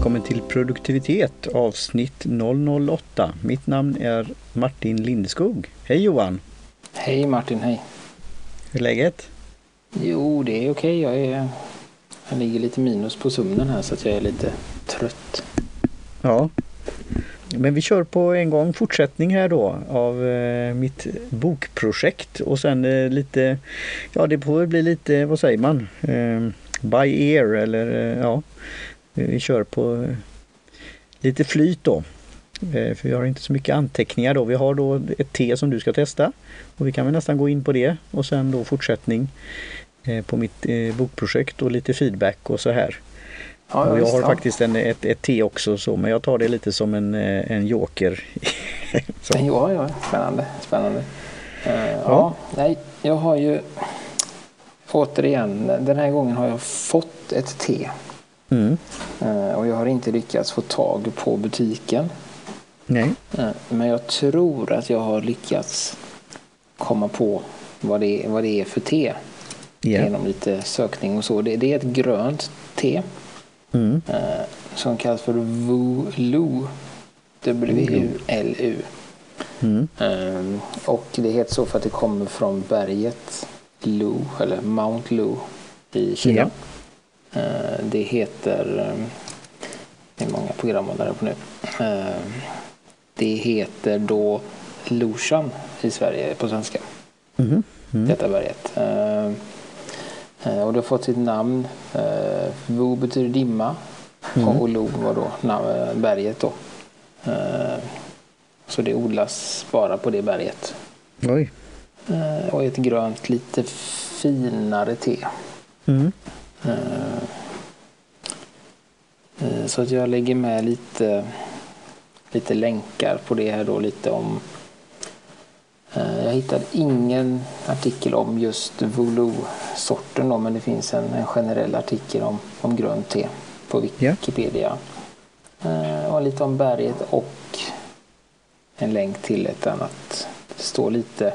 välkommen till Produktivitet avsnitt 008. Mitt namn är Martin Lindskog. Hej Johan! Hej Martin, hej! Hur är läget? Jo, det är okej. Jag ligger lite minus på sömnen här så att jag är lite trött. Ja, men vi kör på en gång fortsättning här då av mitt bokprojekt och sen lite, ja det får bli lite, vad säger man, by ear eller ja, vi kör på lite flyt då. För vi har inte så mycket anteckningar då. Vi har då ett te som du ska testa och vi kan väl nästan gå in på det och sen då fortsättning på mitt bokprojekt och lite feedback och så här. Ja, och jag har faktiskt ett te också så, men jag tar det lite som en joker. Ja, spännande. Nej, jag har ju återigen, den här gången har jag fått ett te. Och jag har inte lyckats få tag på butiken. Nej. Men jag tror att jag har lyckats komma på vad det är för te. Genom lite sökning och så. Det är ett grönt te. Som kallas för Wulu. W-U-L-U. Och det heter så för att det kommer från berget Lu, eller Mount Lu i Kina. Det heter, det är många program där på nu. Det heter då Lushan i Sverige på svenska. Detta berget. Och det har fått sitt namn. Wu betyder dimma. Och Lu var då berget då. Så det odlas bara på det berget. Oj. Och ett grönt lite finare te. Så att jag lägger med lite länkar på det här då, lite om. Jag hittade ingen artikel om just Wulu-sorten då, men det finns en generell artikel om grönt te på Wikipedia. Och lite om berget och en länk till ett annat. Det står lite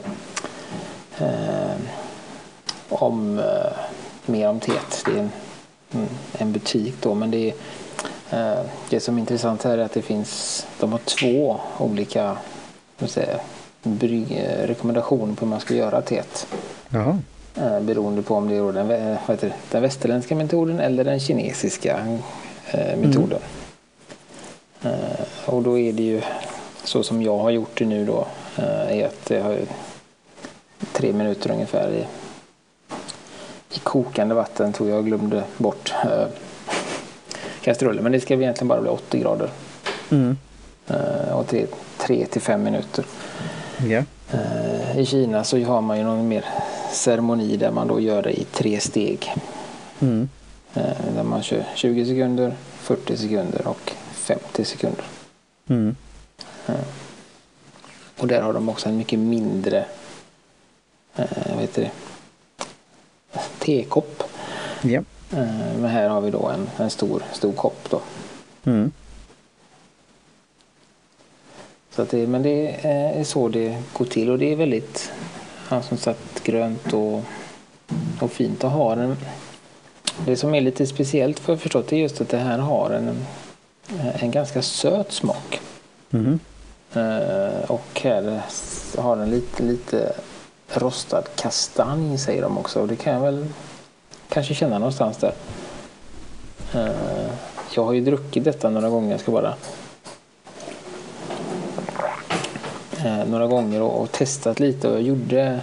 mer om teet. Det är en butik då, men det som är intressant här är att de har 2 olika rekommendationer på hur man ska göra teet. Jaha. Beroende på om det är den västerländska metoden eller den kinesiska metoden. Och då är det ju så som jag har gjort det nu då, är att jag har 3 minuter ungefär i kokande vatten, tror jag glömde bort kastrullen, men det ska egentligen bara bli 80 grader och 3-5 minuter. I Kina så har man ju någon mer ceremoni där man då gör det i 3 steg. Där man kör 20 sekunder, 40 sekunder och 50 sekunder. Och där har de också en mycket mindre tekopp. Men här har vi då en stor kopp då. Så att men det är så det går till, och det är väldigt som sagt grönt och fint att ha den. Det som är lite speciellt för att förstå är just att det här har en ganska söt smak. Och här har den lite rostad kastanj, säger de också, och det kan jag väl kanske känna någonstans där. Jag har ju druckit detta några gånger, jag ska bara några gånger och testat lite, och jag gjorde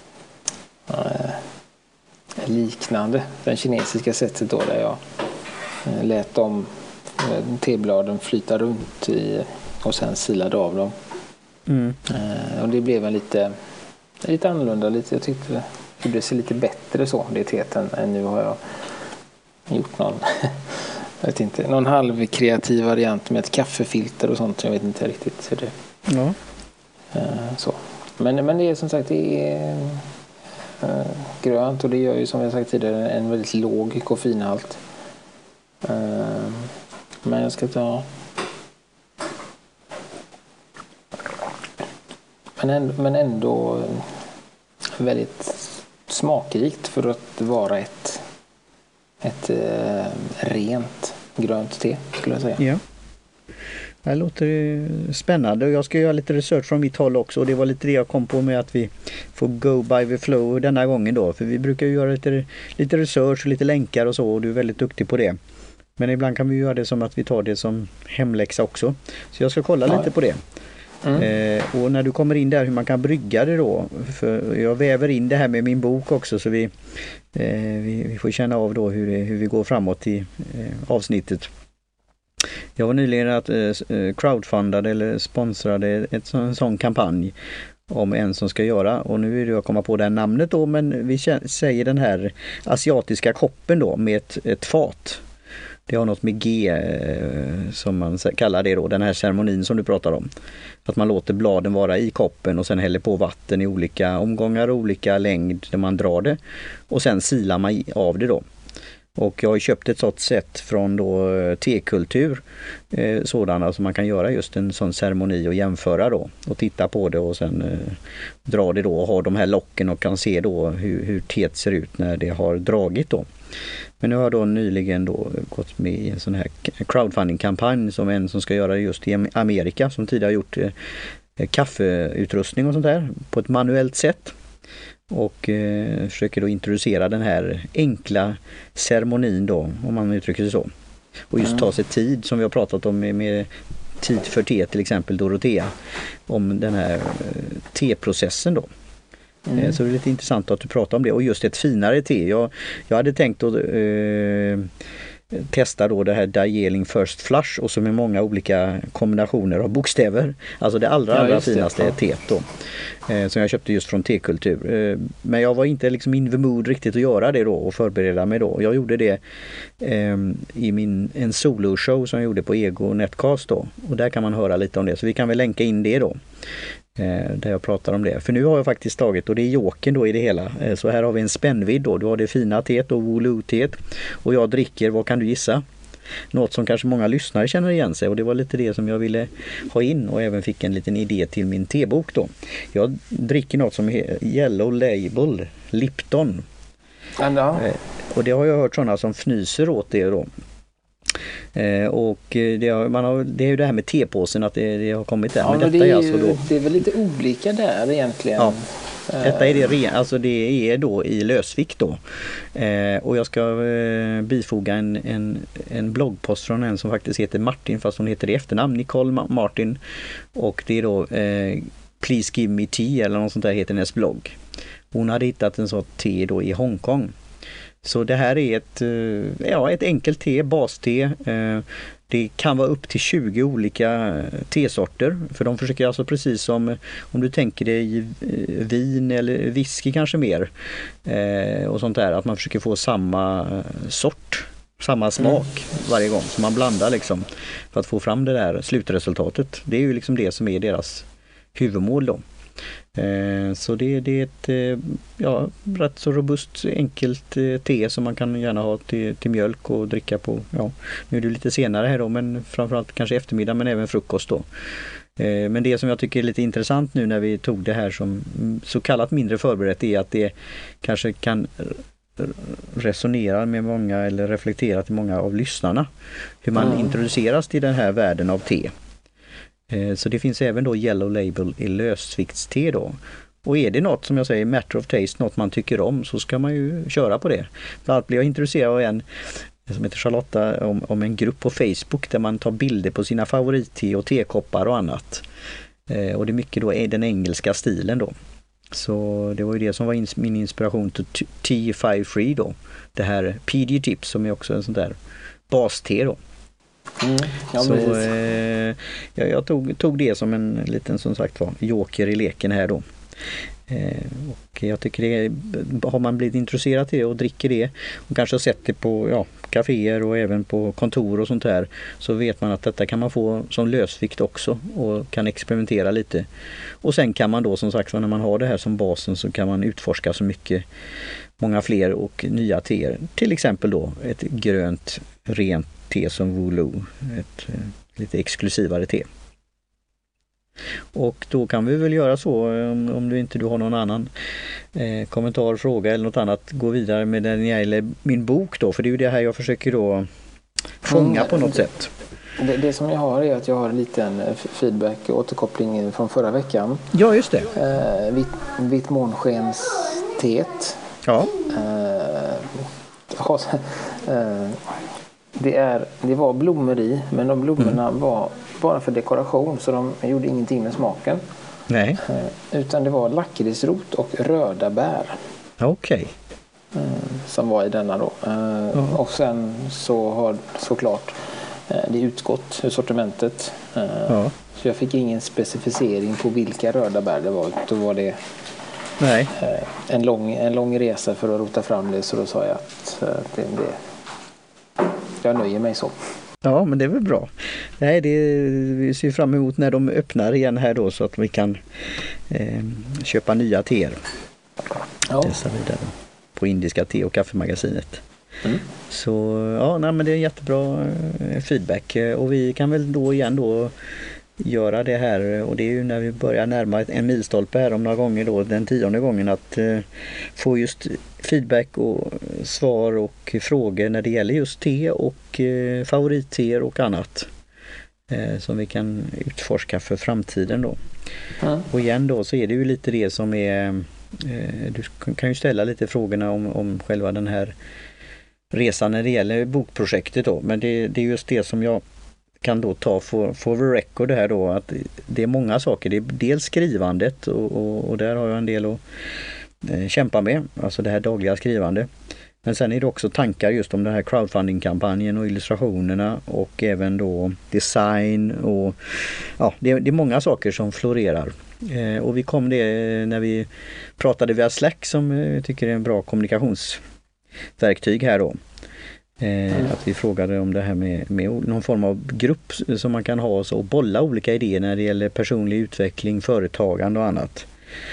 liknande den kinesiska sättet då, där jag lät dem tebladen flyta runt och sen silade av dem. Och det blev lite annorlunda, jag tyckte det ser lite bättre så, det teet, än nu har jag gjort någon halvkreativ variant med ett kaffefilter och sånt. Jag vet inte riktigt hur det så. Men det är som sagt, det är grönt, och det gör ju, som jag sagt tidigare, en väldigt låg koffeinhalt. Men jag ska ta men ändå väldigt smakrikt för att vara ett rent grönt te skulle jag säga. Ja. Det låter spännande och jag ska göra lite research från mitt håll också och det var lite det jag kom på med att vi får go by the flow denna gången då, för vi brukar ju göra lite research och lite länkar och så och du är väldigt duktig på det. Men ibland kan vi göra det som att vi tar det som hemläxa också. Så jag ska kolla lite på det. Och när du kommer in där hur man kan brygga det då, för jag väver in det här med min bok också så vi får känna av då hur vi går framåt i avsnittet. Jag var nyligen att crowdfundade eller sponsrade en sån kampanj om en som ska göra och nu är det jag komma på det här namnet då, men vi säger den här asiatiska koppen då med ett fat. Det har något med G som man kallar det då, den här ceremonin som du pratar om. Att man låter bladen vara i koppen och sen häller på vatten i olika omgångar och olika längd där man drar det. Och sen silar man av det då. Och jag har köpt ett sådant sätt från då tekultur, sådana som man kan göra just en sån ceremoni och jämföra då. Och titta på det och sen dra det då och ha de här locken och kan se då hur teet ser ut när det har dragit då. Men nu har jag då nyligen då gått med i en sån här crowdfunding-kampanj som en som ska göra just i Amerika som tidigare har gjort kaffeutrustning och sånt där på ett manuellt sätt. Och försöker då introducera den här enkla ceremonin då, om man uttrycker sig så. Och just ta sig tid som vi har pratat om med tid för te, till exempel Dorotea, om den här teprocessen då. Så det är lite intressant att du pratar om det. Och just ett finare te. Jag hade tänkt att testa då det här Darjeeling First Flush och så med många olika kombinationer av bokstäver. Alltså det allra finaste teet då. Som jag köpte just från tekultur. Men jag var inte liksom in the mood riktigt att göra det då och förbereda mig då. Jag gjorde det i en soloshow som jag gjorde på Ego Netcast då. Och där kan man höra lite om det. Så vi kan väl länka in det då. Där jag pratar om det. För nu har jag faktiskt tagit, och det är joken då i det hela. Så här har vi en spännvidd då. Du har det fina teet och Wooloo-teet. Och jag dricker, vad kan du gissa? Något som kanske många lyssnare känner igen sig. Och det var lite det som jag ville ha in. Och även fick en liten idé till min tebok då. Jag dricker något som heter Yellow Label Lipton. Och det har jag hört sådana som fnyser åt det då. Och det är ju det här med tepåsen att det har kommit där. Ja, men detta det är väl lite olika där egentligen. Ja. Detta är det, alltså det är då i lösvikt då. Och jag ska bifoga en bloggpost från en som faktiskt heter Martin, fast hon heter det efternamn, Nicole Martin. Och det är då Please Give Me Tea eller något sånt där heter hennes blogg. Hon hade hittat en sån te då i Hongkong. Så det här är ett enkelt te, baste. Det kan vara upp till 20 olika tesorter. För de försöker alltså precis som om du tänker dig vin eller whisky kanske mer. Och sånt där. Att man försöker få samma sort, samma smak varje gång. Så man blandar liksom för att få fram det där slutresultatet. Det är ju liksom det som är deras huvudmål då. Så det är ett rätt så robust enkelt te som man kan gärna ha till mjölk och dricka på. Ja, nu är det lite senare här då, men framförallt kanske eftermiddag men även frukost då. Men det som jag tycker är lite intressant nu när vi tog det här som så kallat mindre förberett är att det kanske kan resonera med många eller reflektera till många av lyssnarna. Hur man introduceras till den här världen av te. Så det finns även då Yellow Label i lösviktste då. Och är det något som jag säger matter of taste, något man tycker om, så ska man ju köra på det. Bland annat blev jag intresserad av en som heter Charlotta om en grupp på Facebook där man tar bilder på sina favoritte och tekoppar och annat. Och det är mycket då den engelska stilen då. Så det var ju det som var min inspiration till Tea 5 då. Det här PG Tips som är också en sån där baste då. Så jag tog det som en liten som sagt var joker i leken här då. Och jag tycker har man blivit intresserad till det och dricker det och kanske har sett det på kaféer och även på kontor och sånt här, så vet man att detta kan man få som lösvikt också och kan experimentera lite. Och sen kan man då som sagt, när man har det här som basen, så kan man utforska så många fler och nya teer. Till exempel då ett grönt rent te som Wooloo, ett lite exklusivare te. Och då kan vi väl göra så, om du inte har någon annan kommentar, fråga eller något annat, gå vidare med den gäller min bok då, för det är ju det här jag försöker då fånga på något sätt. Det som jag har är att jag har en liten feedback och återkoppling från förra veckan. Ja, just det. Vitt månskens-teet. Ja. Det var blommor i, men de blommorna var bara för dekoration, så de gjorde ingenting med smaken. Nej. Utan det var lakritsrot och röda bär. Okej. Som var i denna då. Och sen så har såklart det utgått ur sortimentet. Så jag fick ingen specificering på vilka röda bär det var. Då var det en lång resa för att rota fram det, så då sa jag att jag nöjer mig så. Ja, men det är väl bra. Nej, vi ser fram emot när de öppnar igen här då, så att vi kan köpa nya teer. Läsa vidare på Indiska te- och kaffemagasinet. Så men det är jättebra feedback, och vi kan väl då igen då göra det här, och det är ju när vi börjar närma en milstolpe här om några gånger då, den 10:e gången, att få just feedback och svar och frågor när det gäller just te och favoritteer och annat som vi kan utforska för framtiden då. Och igen då så är det ju lite det som är du kan ju ställa lite frågorna om själva den här resan när det gäller bokprojektet då, men det är just det som jag kan då ta for the record här då, att det är många saker. Det är dels skrivandet och där har jag en del att kämpa med, alltså det här dagliga skrivande. Men sen är det också tankar just om den här crowdfunding-kampanjen och illustrationerna och även då design och det är många saker som florerar. Och vi kom det när vi pratade via Slack, som jag tycker är en bra kommunikationsverktyg här då. Att vi frågade om det här med någon form av grupp som man kan ha och bolla olika idéer när det gäller personlig utveckling, företagande och annat.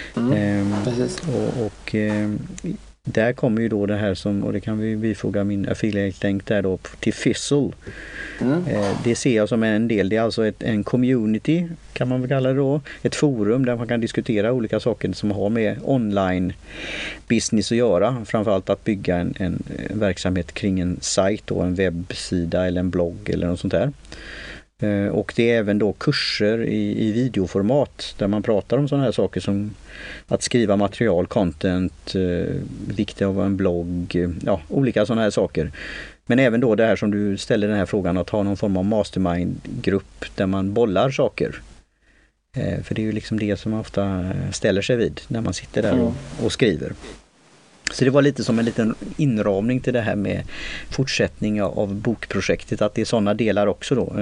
Där kommer ju då det här och det kan vi bifoga min affiliate-länk där då till Fizzle. Det ser jag som en del. Det är alltså en community, kan man väl kalla det då. Ett forum där man kan diskutera olika saker som har med online business att göra. Framförallt att bygga en verksamhet kring en sajt och en webbsida eller en blogg eller något sånt där. Och det är även då kurser i videoformat där man pratar om sådana här saker som att skriva material, content, vikten av en blogg, olika sådana här saker. Men även då det här som du ställer den här frågan, att ha någon form av mastermind-grupp där man bollar saker. För det är ju liksom det som man ofta ställer sig vid när man sitter där och skriver. Så det var lite som en liten inramning till det här med fortsättning av bokprojektet, att det är sådana delar också då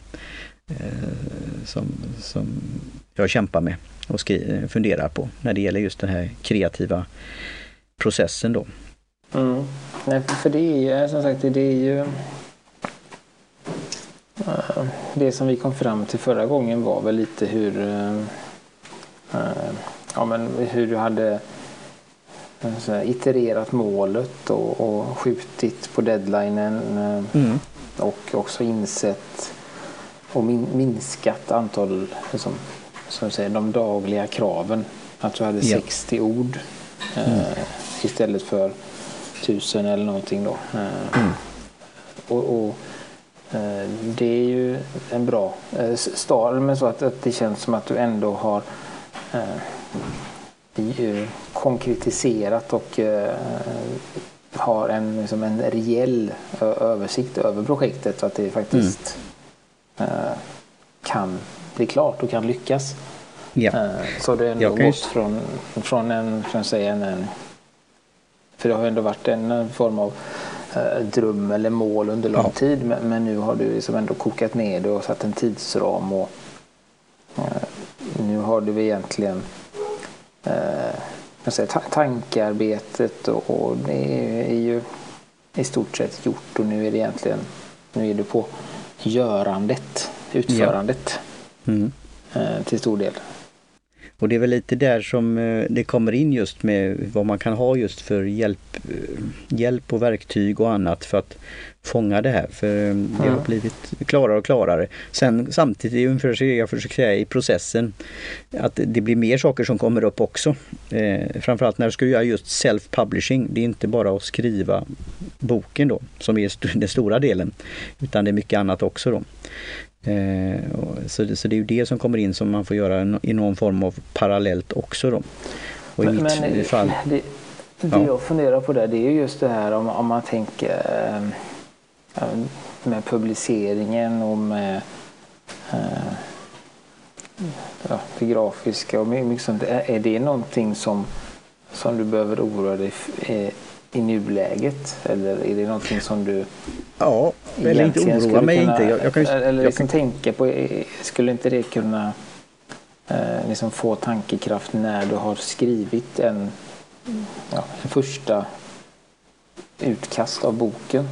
som jag kämpar med och funderar på när det gäller just den här kreativa processen då. Nej, för det är ju, som sagt, det är ju det som vi kom fram till förra gången var väl lite hur du hade itererat målet och skjutit på deadlinen och också insett och minskat antal som säger, de dagliga kraven, att du hade 60 ord istället för 1000 eller någonting då. Och det är ju en bra start, men så att det känns som att du ändå har konkretiserat och har en reell översikt över projektet, att det faktiskt kan bli klart och kan lyckas. Så det är ändå gått från en för det har ändå varit en form av dröm eller mål under lång tid, men nu har du ändå kokat ner det och satt en tidsram, och nu har du egentligen tankearbetet och det är ju i stort sett gjort, och nu är du på utförandet till stor del. Och det är väl lite där som det kommer in just med vad man kan ha just för hjälp och verktyg och annat för att fånga det här. För det har blivit klarare och klarare. Sen samtidigt ungefär jag försöker säga i processen att det blir mer saker som kommer upp också. Framförallt när du ska göra just self-publishing. Det är inte bara att skriva boken då som är den stora delen. Utan det är mycket annat också då. Så det är ju det som kommer in som man får göra i någon form av parallellt också då. Och i mitt fall... Det jag funderar på där, det är ju just det här om man tänker med publiceringen och med det grafiska och mycket sånt. Är det någonting som du behöver oroa dig i nuläget? Eller är det någonting som du eller inte oroa mig inte. Tänka på, skulle inte det kunna liksom få tankekraft när du har skrivit en första utkast av boken?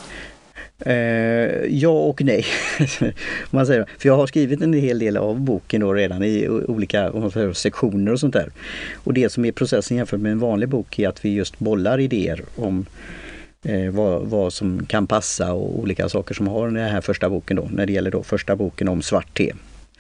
Ja och nej. Man säger. För jag har skrivit en hel del av boken då redan i olika sektioner och sånt där. Och det som är processen jämfört med en vanlig bok är att vi just bollar idéer om vad som kan passa och olika saker som har den här första boken då. När det gäller då första boken om svart te.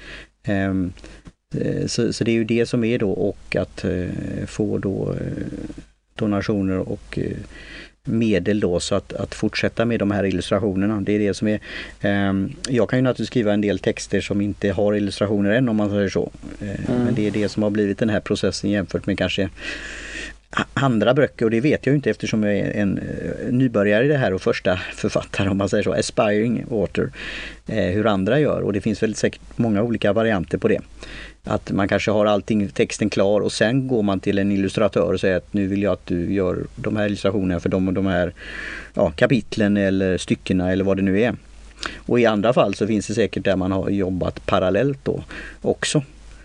Så det är ju det som är då, och att få då donationer och medel då så att fortsätta med de här illustrationerna. Det är det som är jag kan ju naturligtvis skriva en del texter som inte har illustrationer än, om man säger så. Men det är det som har blivit den här processen jämfört med kanske andra böcker, och det vet jag ju inte eftersom jag är en nybörjare i det här och första författare, om man säger så, aspiring author, hur andra gör, och det finns väl säkert många olika varianter på det. Att man kanske har texten klar och sen går man till en illustratör och säger att nu vill jag att du gör de här illustrationerna för de här kapitlen eller styckena eller vad det nu är. Och i andra fall så finns det säkert där man har jobbat parallellt då också.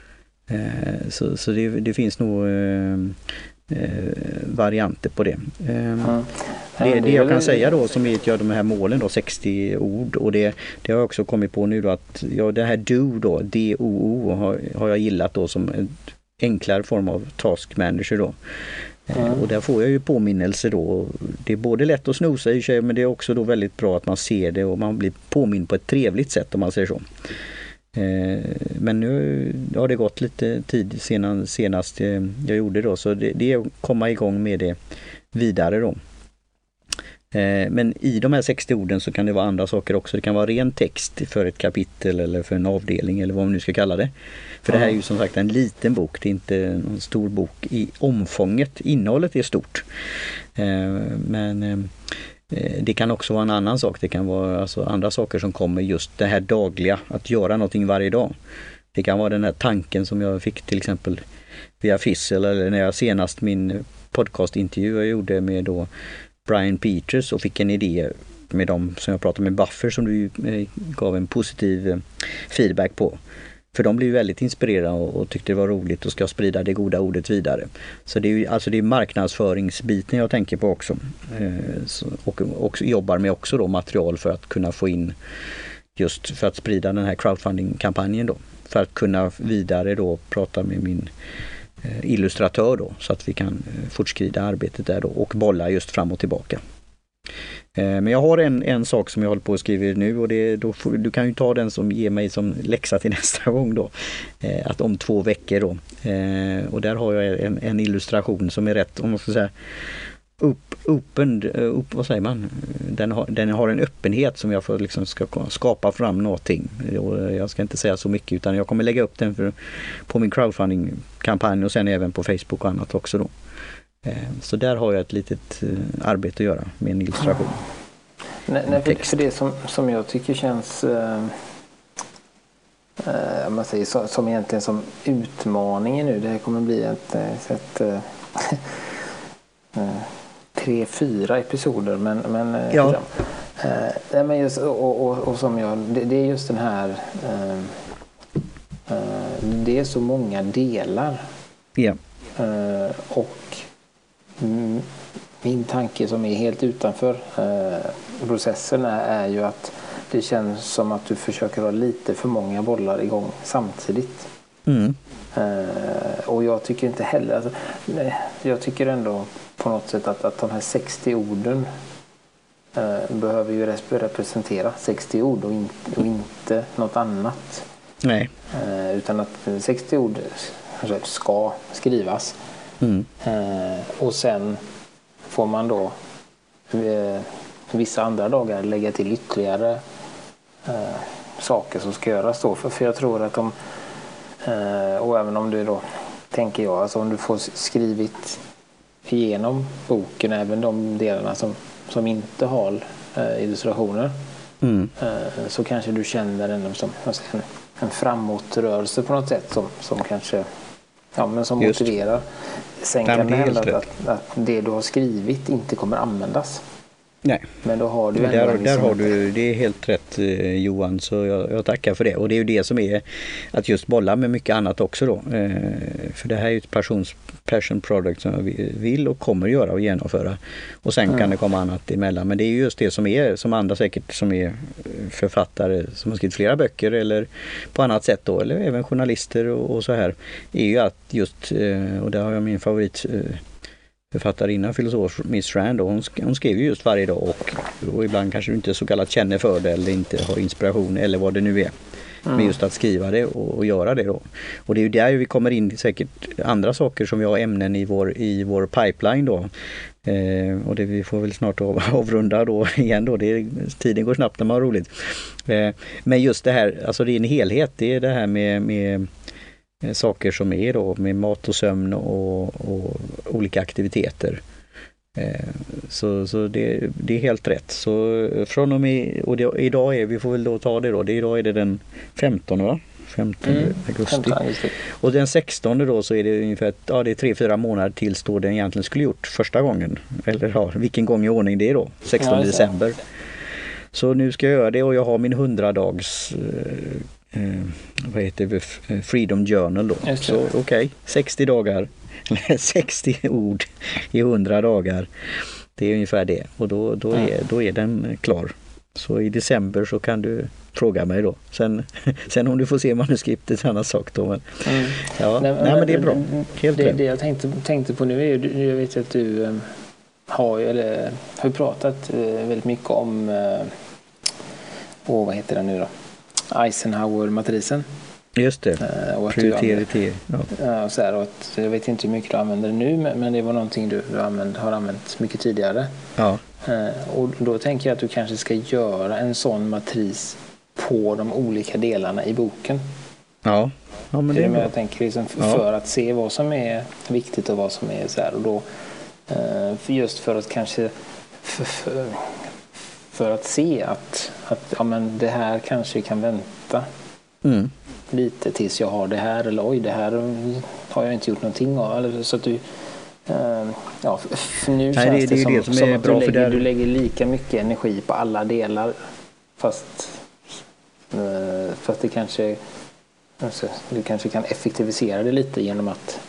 Så det finns nog varianter på det. Det jag kan säga då som är att göra de här målen då, 60 ord, och det har jag också kommit på nu då, att det här DOO har jag gillat då som en enklare form av task manager då. Och där får jag ju påminnelse då. Det är både lätt att snosa i sig, men det är också då väldigt bra att man ser det och man blir påminn på ett trevligt sätt, om man säger så. Men nu har det gått lite tid senast jag gjorde då, så det är att komma igång med det vidare då. Men i de här 60 orden så kan det vara andra saker också. Det kan vara ren text för ett kapitel eller för en avdelning eller vad man nu ska kalla det. För det här är ju som sagt en liten bok, det är inte en stor bok i omfånget. Innehållet är stort. Men det kan också vara en annan sak. Det kan vara alltså andra saker som kommer, just det här dagliga, att göra någonting varje dag. Det kan vara den här tanken som jag fick till exempel via Fissel, eller när jag senast min podcastintervju jag gjorde med då Brian Peters och fick en idé med dem som jag pratade med, Buffer, som du gav en positiv feedback på. För de blev ju väldigt inspirerade och tyckte det var roligt och ska sprida det goda ordet vidare. Så det är ju alltså det är marknadsföringsbiten jag tänker på också. Och jobbar med också då material för att kunna få in, just för att sprida den här crowdfunding-kampanjen då. För att kunna vidare då prata med min illustratör då, så att vi kan fortskrida arbetet där då och bolla just fram och tillbaka. Men jag har en sak som jag håller på att skriva nu, och du kan ju ta den som ger mig som läxa till nästa gång då. Att om 2 veckor då. Och där har jag en illustration som är rätt, om man ska säga, vad säger man? Den har en öppenhet som jag får liksom ska skapa fram någonting. Och jag ska inte säga så mycket, utan jag kommer lägga upp den på min crowdfunding-kampanj och sen även på Facebook och annat också då. Så där har jag ett litet arbete att göra med en illustration. För det som jag tycker känns man säger, som egentligen som utmaningen nu, det här kommer bli ett 3-4 episoder, men ja. Men just, och som det är just den här det är så många delar. Ja. Och min tanke som är helt utanför processen är ju att det känns som att du försöker ha lite för många bollar igång samtidigt. Och jag tycker inte heller, alltså, jag tycker ändå på något sätt att de här 60 orden behöver ju representera 60 ord och inte något annat. Nej. Utan att 60 ord ska skrivas. Och sen får man då vissa andra dagar lägga till ytterligare saker som ska göras då. För jag tror att och även om du då, tänker jag, alltså om du får skrivit igenom boken, även de delarna som inte har illustrationer, så kanske du känner en framåtrörelse på något sätt som kanske som motiverar. Sen kan det hända att det du har skrivit inte kommer användas. Nej, men då har du där har du, det är helt rätt Johan, så jag tackar för det. Och det är ju det som är att just bolla med mycket annat också då. För det här är ju ett passion product som jag vill och kommer göra och genomföra. Och sen kan det komma annat emellan. Men det är ju just det som är, som andra säkert som är författare som har skrivit flera böcker eller på annat sätt då, eller även journalister och så här, är ju att just, och där har jag min favorit författarinna, filosof Miss Rand, och hon skriver just varje dag och ibland kanske du inte så kallat känner för det eller inte har inspiration eller vad det nu är. Men just att skriva det och göra det då. Och det är ju där vi kommer in säkert andra saker som vi har ämnen i vår pipeline då. Och det vi får väl snart avrunda då igen då. Tiden går snabbt när man har roligt. Men just det här, alltså det är en helhet, det är det här med saker som är då med mat och sömn och olika aktiviteter. Så det är helt rätt. Så från och med, och idag är, vi får väl då ta det då, idag är det den 15 va? 15 augusti. Och den 16 då så är det ungefär, det är 3-4 månader tills då den egentligen skulle gjort första gången. Eller vilken gång i ordning det är då? 16 december. Så nu ska jag göra det och jag har min 100-dags vad heter det? Freedom Journal då. Så okej, 60 dagar 60 ord i 100 dagar. Det är ungefär det. Och då är den klar. Så i december så kan du fråga mig då. Sen om du får se manuskriptet är en annan sak då. Men, men det är bra. Helt det jag tänkte på nu är ju, jag vet att du har pratat väldigt mycket om vad heter det nu då? Eisenhower-matrisen. Just det. Prioritering. Och så här, och att, jag vet inte hur mycket du använder nu, men det var någonting du har använt mycket tidigare. Ja. Och då tänker jag att du kanske ska göra en sån matris på de olika delarna i boken. Ja. Ja, men det är bra. Jag tänker liksom för att se vad som är viktigt och vad som är så här, och då just för att kanske för att se att men det här kanske kan vänta lite tills jag har det här, eller oj, det här har jag inte gjort någonting av, eller så att du för nu känns det som att du lägger lika mycket energi på alla delar, fast det kanske du kanske kan effektivisera det lite genom att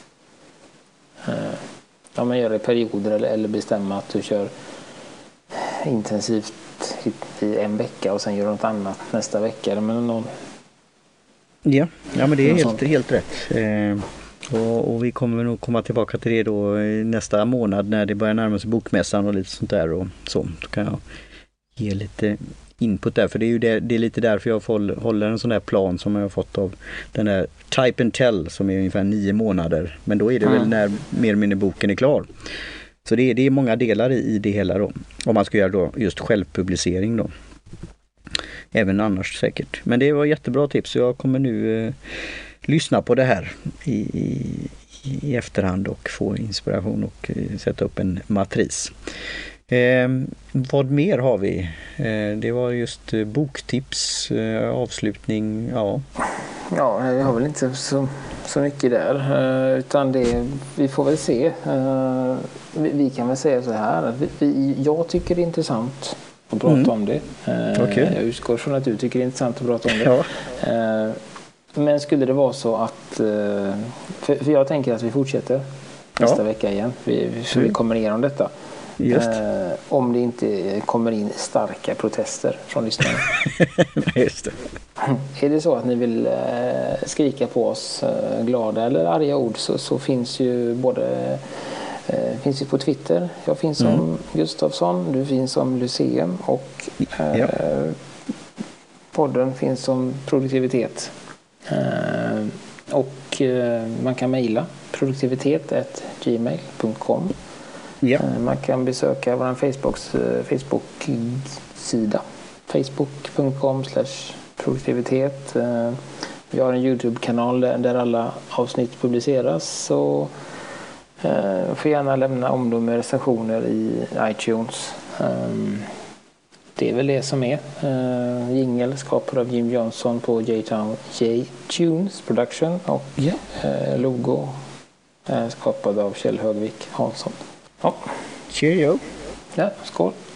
göra det i perioder eller bestämma att du kör intensivt i en vecka och sen gör något annat nästa vecka eller någon. Ja, men det är helt rätt. Och vi kommer nog komma tillbaka till det då nästa månad när det börjar närma sig bokmässan och lite sånt där och så. Då kan jag ge lite input där, för det är ju det är lite därför jag håller en sån där plan som jag har fått av den där Type and Tell som är ungefär 9 månader. Men då är det väl när mer eller mindre boken är klar. Så det är många delar i det hela då. Om man ska göra då just självpublicering då. Även annars säkert. Men det var jättebra tips. Jag kommer nu lyssna på det här i efterhand och få inspiration och sätta upp en matris. Vad mer har vi? Det var just boktips, avslutning, Ja, jag har väl inte så mycket där. Utan vi får väl se. Vi kan väl säga så här. Att jag tycker det är intressant att prata om det. Okay. Jag utgår från att du tycker det är intressant att prata om det. Ja. Men skulle det vara så att... För jag tänker att vi fortsätter nästa vecka igen. Vi kommer igenom detta. Just. Om det inte kommer in starka protester från lyssnarna. Just det. Är det så att ni vill skrika på oss glada eller arga ord så finns ju finns ju på Twitter. Jag finns som Gustafsson, du finns som Lyceum och podden finns som produktivitet. Och man kan mejla produktivitet@gmail.com. Man kan besöka vår Facebook-sida facebook.com/produktivitet. Vi har en YouTube-kanal där alla avsnitt publiceras, så får gärna lämna omdömen och recensioner i iTunes. Det är väl det som är. Jingle skapad av Jim Johnson på J-Tunes Production och logo skapad av Kjell Högvik Hansson. Ja. Cheerio! Ja, skål!